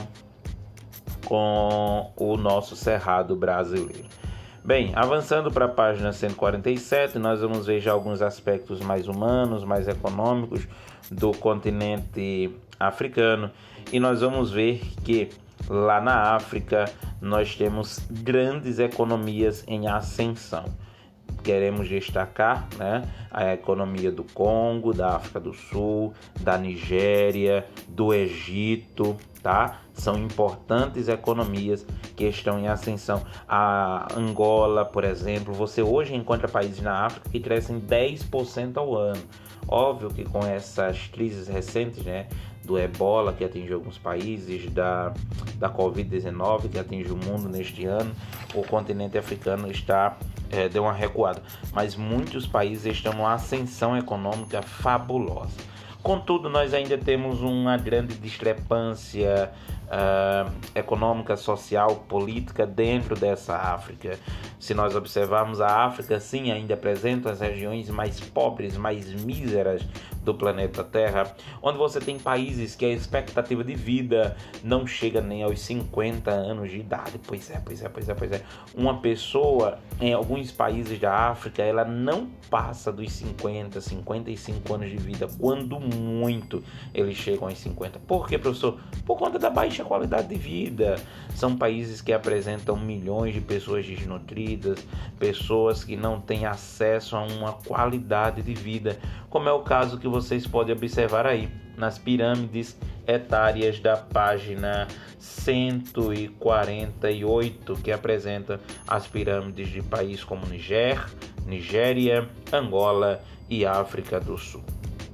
com o nosso cerrado brasileiro. Bem, avançando para a página cento e quarenta e sete, nós vamos ver já alguns aspectos mais humanos, mais econômicos do continente africano, e nós vamos ver que lá na África nós temos grandes economias em ascensão. Queremos destacar, né, a economia do Congo, da África do Sul, da Nigéria, do Egito, tá? São importantes economias que estão em ascensão. A Angola, por exemplo, você hoje encontra países na África que crescem dez por cento ao ano. Óbvio que com essas crises recentes, né, do Ebola, que atingiu alguns países, da, da covid dezenove, que atinge o mundo neste ano, o continente africano está, é, deu uma recuada. Mas muitos países estão numa ascensão econômica fabulosa. Contudo, nós ainda temos uma grande discrepância uh, econômica, social, política dentro dessa África. Se nós observarmos, a África, sim, ainda apresenta as regiões mais pobres, mais míseras do planeta Terra, onde você tem países que a expectativa de vida não chega nem aos cinquenta anos de idade. Pois é, pois é, pois é, pois é. Uma pessoa em alguns países da África, ela não passa dos cinquenta, cinquenta e cinco anos de vida, quando muito eles chegam aos cinquenta. Por quê, professor? Por conta da baixa qualidade de vida. São países que apresentam milhões de pessoas desnutridas, pessoas que não têm acesso a uma qualidade de vida, como é o caso que vocês podem observar aí nas pirâmides etárias da página cento e quarenta e oito, que apresenta as pirâmides de países como Niger, Nigéria, Angola e África do Sul.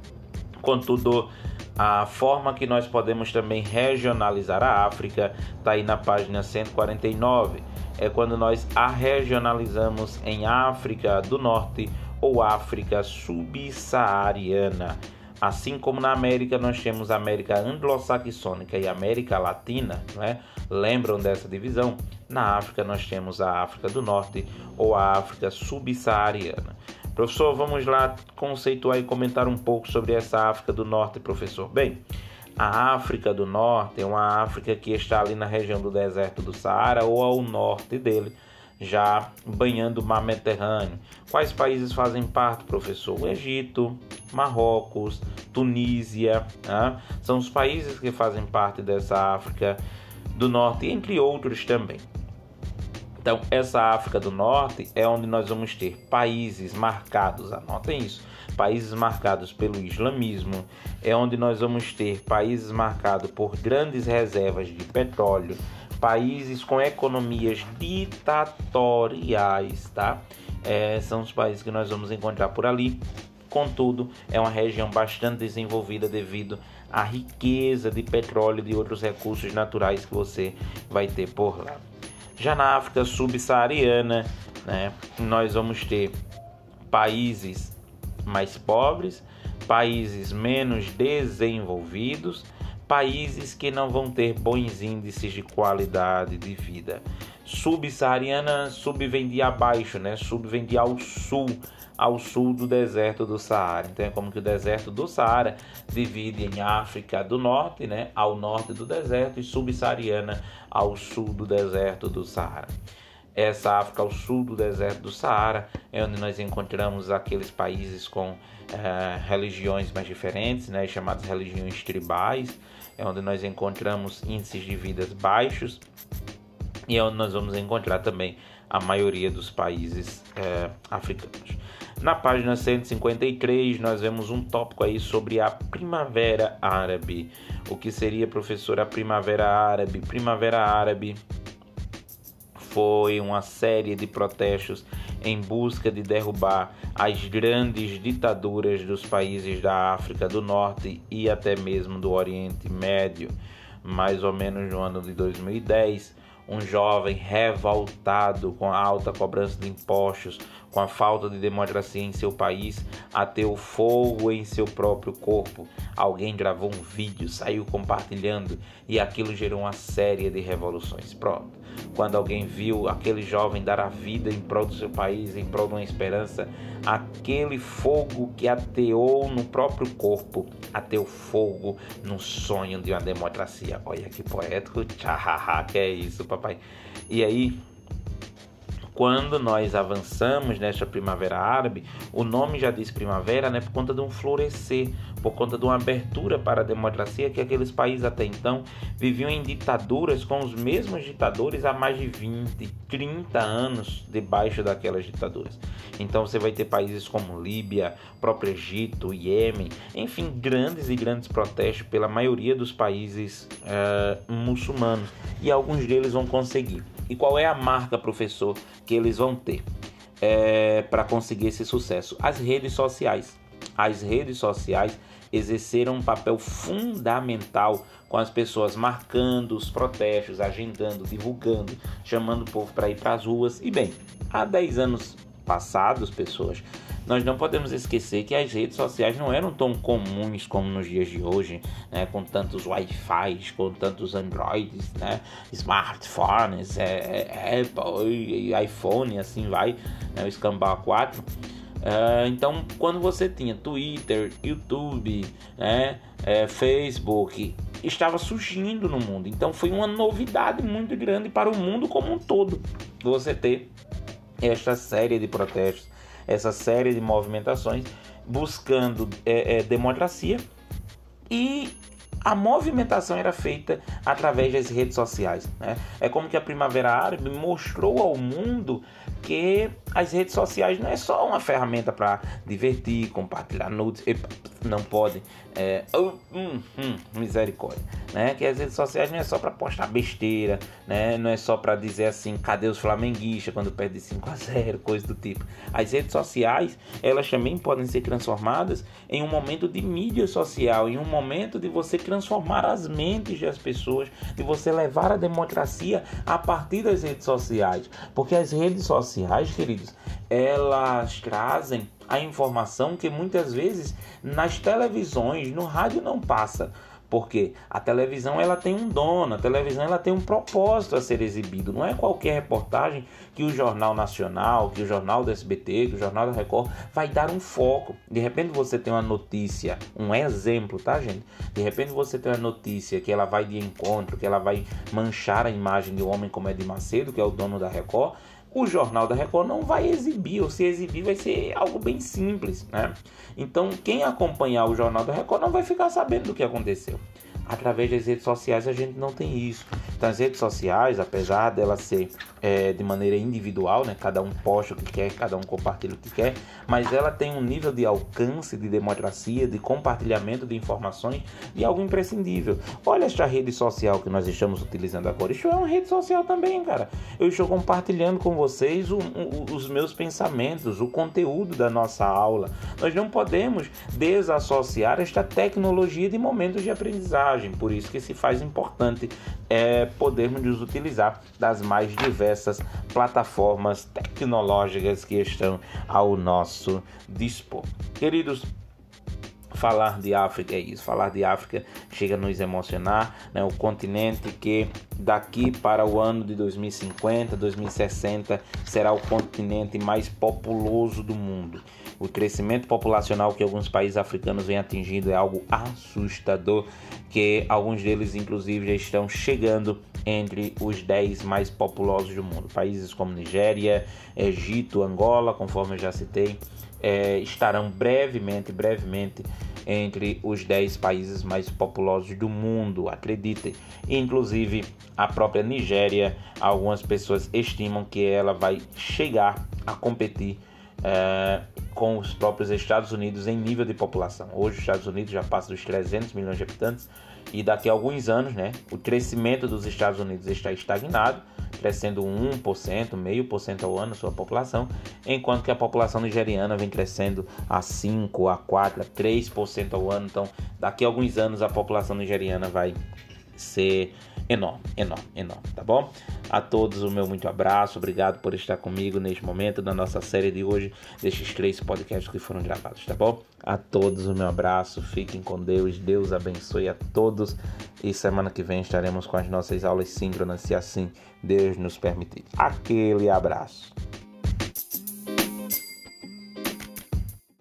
Contudo, a forma que nós podemos também regionalizar a África está aí na página cento e quarenta e nove. É quando nós a regionalizamos em África do Norte ou África subsaariana. Assim como na América nós temos a América anglo-saxônica e América Latina, não é? Lembram dessa divisão? Na África nós temos a África do Norte ou a África subsaariana. Professor, vamos lá conceituar e comentar um pouco sobre essa África do Norte, professor. Bem, a África do Norte é uma África que está ali na região do deserto do Saara ou ao norte dele, já banhando o mar Mediterrâneo. Quais países fazem parte, professor? O Egito, Marrocos, Tunísia, né? São os países que fazem parte dessa África do Norte, entre outros também. Então, essa África do Norte é onde nós vamos ter países marcados, anotem isso, países marcados pelo islamismo, é onde nós vamos ter países marcados por grandes reservas de petróleo, países com economias ditatoriais, tá? É, são os países que nós vamos encontrar por ali. Contudo, é uma região bastante desenvolvida devido à riqueza de petróleo e de outros recursos naturais que você vai ter por lá. Já na África subsaariana, né, nós vamos ter países mais pobres, países menos desenvolvidos, países que não vão ter bons índices de qualidade de vida. Subsaariana, sub vem de abaixo, né? Sub vem de ao sul, ao sul do deserto do Saara. Então é como que o deserto do Saara divide em África do Norte, né? Ao norte do deserto, e subsaariana ao sul do deserto do Saara. Essa África ao sul do deserto do Saara é onde nós encontramos aqueles países com eh, religiões mais diferentes, né, chamadas religiões tribais, é onde nós encontramos índices de vidas baixos e é onde nós vamos encontrar também a maioria dos países eh, africanos. Na página cento e cinquenta e três nós vemos um tópico aí sobre a Primavera Árabe. O que seria, professor, a Primavera Árabe? Primavera Árabe foi uma série de protestos em busca de derrubar as grandes ditaduras dos países da África do Norte e até mesmo do Oriente Médio. Mais ou menos no ano de dois mil e dez, um jovem revoltado com a alta cobrança de impostos, com a falta de democracia em seu país, ateu fogo em seu próprio corpo. Alguém gravou um vídeo, saiu compartilhando e aquilo gerou uma série de revoluções. Pronto. quando alguém viu aquele jovem dar a vida em prol do seu país, em prol de uma esperança, aquele fogo que ateou no próprio corpo, ateou fogo no sonho de uma democracia. Olha que poético, tchahaha, que é isso, papai. E aí, quando nós avançamos nesta primavera árabe, o nome já diz primavera, né, por conta de um florescer, por conta de uma abertura para a democracia, que aqueles países até então viviam em ditaduras com os mesmos ditadores há mais de vinte, trinta anos debaixo daquelas ditaduras. Então você vai ter países como Líbia, próprio Egito, Iêmen, enfim, grandes e grandes protestos pela maioria dos países uh, muçulmanos, e alguns deles vão conseguir. E qual é a marca, professor, que eles vão ter é, para conseguir esse sucesso? As redes sociais. As redes sociais exerceram um papel fundamental com as pessoas marcando os protestos, agendando, divulgando, chamando o povo para ir para as ruas. E bem, há dez anos passados, pessoas, nós não podemos esquecer que as redes sociais não eram tão comuns como nos dias de hoje, né? Com tantos Wi-Fi, com tantos Androids, né? Smartphones, é, é, Apple e iPhone, assim vai, né? O escambau quatro. Uh, então, quando você tinha Twitter, YouTube, né? é, Facebook, estava surgindo no mundo. Então, foi uma novidade muito grande para o mundo como um todo você ter esta série de protestos, essa série de movimentações buscando é, é, democracia, e a movimentação era feita através das redes sociais, né? É como que a Primavera Árabe mostrou ao mundo que as redes sociais não é só uma ferramenta para divertir, compartilhar nudes, não pode, é, oh, hum, hum, misericórdia, né? Que as redes sociais não é só para postar besteira, né? Não é só para dizer assim, cadê os flamenguistas quando perde cinco a zero, coisa do tipo. As redes sociais, elas também podem ser transformadas em um momento de mídia social, em um momento de você transformar as mentes das pessoas, de você levar a democracia a partir das redes sociais, porque as redes sociais, queridos, elas trazem a informação que muitas vezes nas televisões, no rádio não passa. Porque a televisão ela tem um dono, a televisão ela tem um propósito a ser exibido. Não é qualquer reportagem que o Jornal Nacional, que o Jornal do S B T, que o Jornal da Record vai dar um foco. De repente você tem uma notícia, um exemplo, tá, gente? De repente você tem uma notícia que ela vai de encontro, que ela vai manchar a imagem de um homem como Edir Macedo, que é o dono da Record. O Jornal da Record não vai exibir, ou se exibir vai ser algo bem simples, né? Então, quem acompanhar o Jornal da Record não vai ficar sabendo do que aconteceu. Através das redes sociais a gente não tem isso. Então, as redes sociais, apesar dela ser é, de maneira individual, né? Cada um posta o que quer, cada um compartilha o que quer, mas ela tem um nível de alcance, de democracia, de compartilhamento de informações, de algo imprescindível. Olha esta rede social que nós estamos utilizando agora. Isso é uma rede social também, cara. Eu estou compartilhando com vocês o, o, os meus pensamentos, o conteúdo da nossa aula. Nós não podemos desassociar esta tecnologia de momentos de aprendizagem. Por isso que se faz importante é, podermos nos utilizar das mais diversas plataformas tecnológicas que estão ao nosso dispor. Queridos, falar de África é isso, falar de África chega a nos emocionar, né? O continente que daqui para o ano de dois mil e cinquenta, dois mil e sessenta será o continente mais populoso do mundo. O crescimento populacional que alguns países africanos vêm atingindo é algo assustador, que alguns deles inclusive já estão chegando entre os dez mais populosos do mundo. Países como Nigéria, Egito, Angola, conforme eu já citei, é, estarão brevemente, brevemente entre os dez países mais populosos do mundo, acreditem. Inclusive, a própria Nigéria, algumas pessoas estimam que ela vai chegar a competir é, com os próprios Estados Unidos em nível de população. Hoje os Estados Unidos já passa dos trezentos milhões de habitantes e daqui a alguns anos, né, o crescimento dos Estados Unidos está estagnado, crescendo um por cento, meio por cento ao ano a sua população, enquanto que a população nigeriana vem crescendo a cinco, a quatro, a três por cento ao ano. Então, daqui a alguns anos a população nigeriana vai ser enorme, enorme, enorme, tá bom? A todos o meu muito abraço, obrigado por estar comigo neste momento da nossa série de hoje, destes três podcasts que foram gravados, tá bom? A todos o meu abraço, fiquem com Deus, Deus abençoe a todos e semana que vem estaremos com as nossas aulas síncronas, se assim Deus nos permitir. Aquele abraço.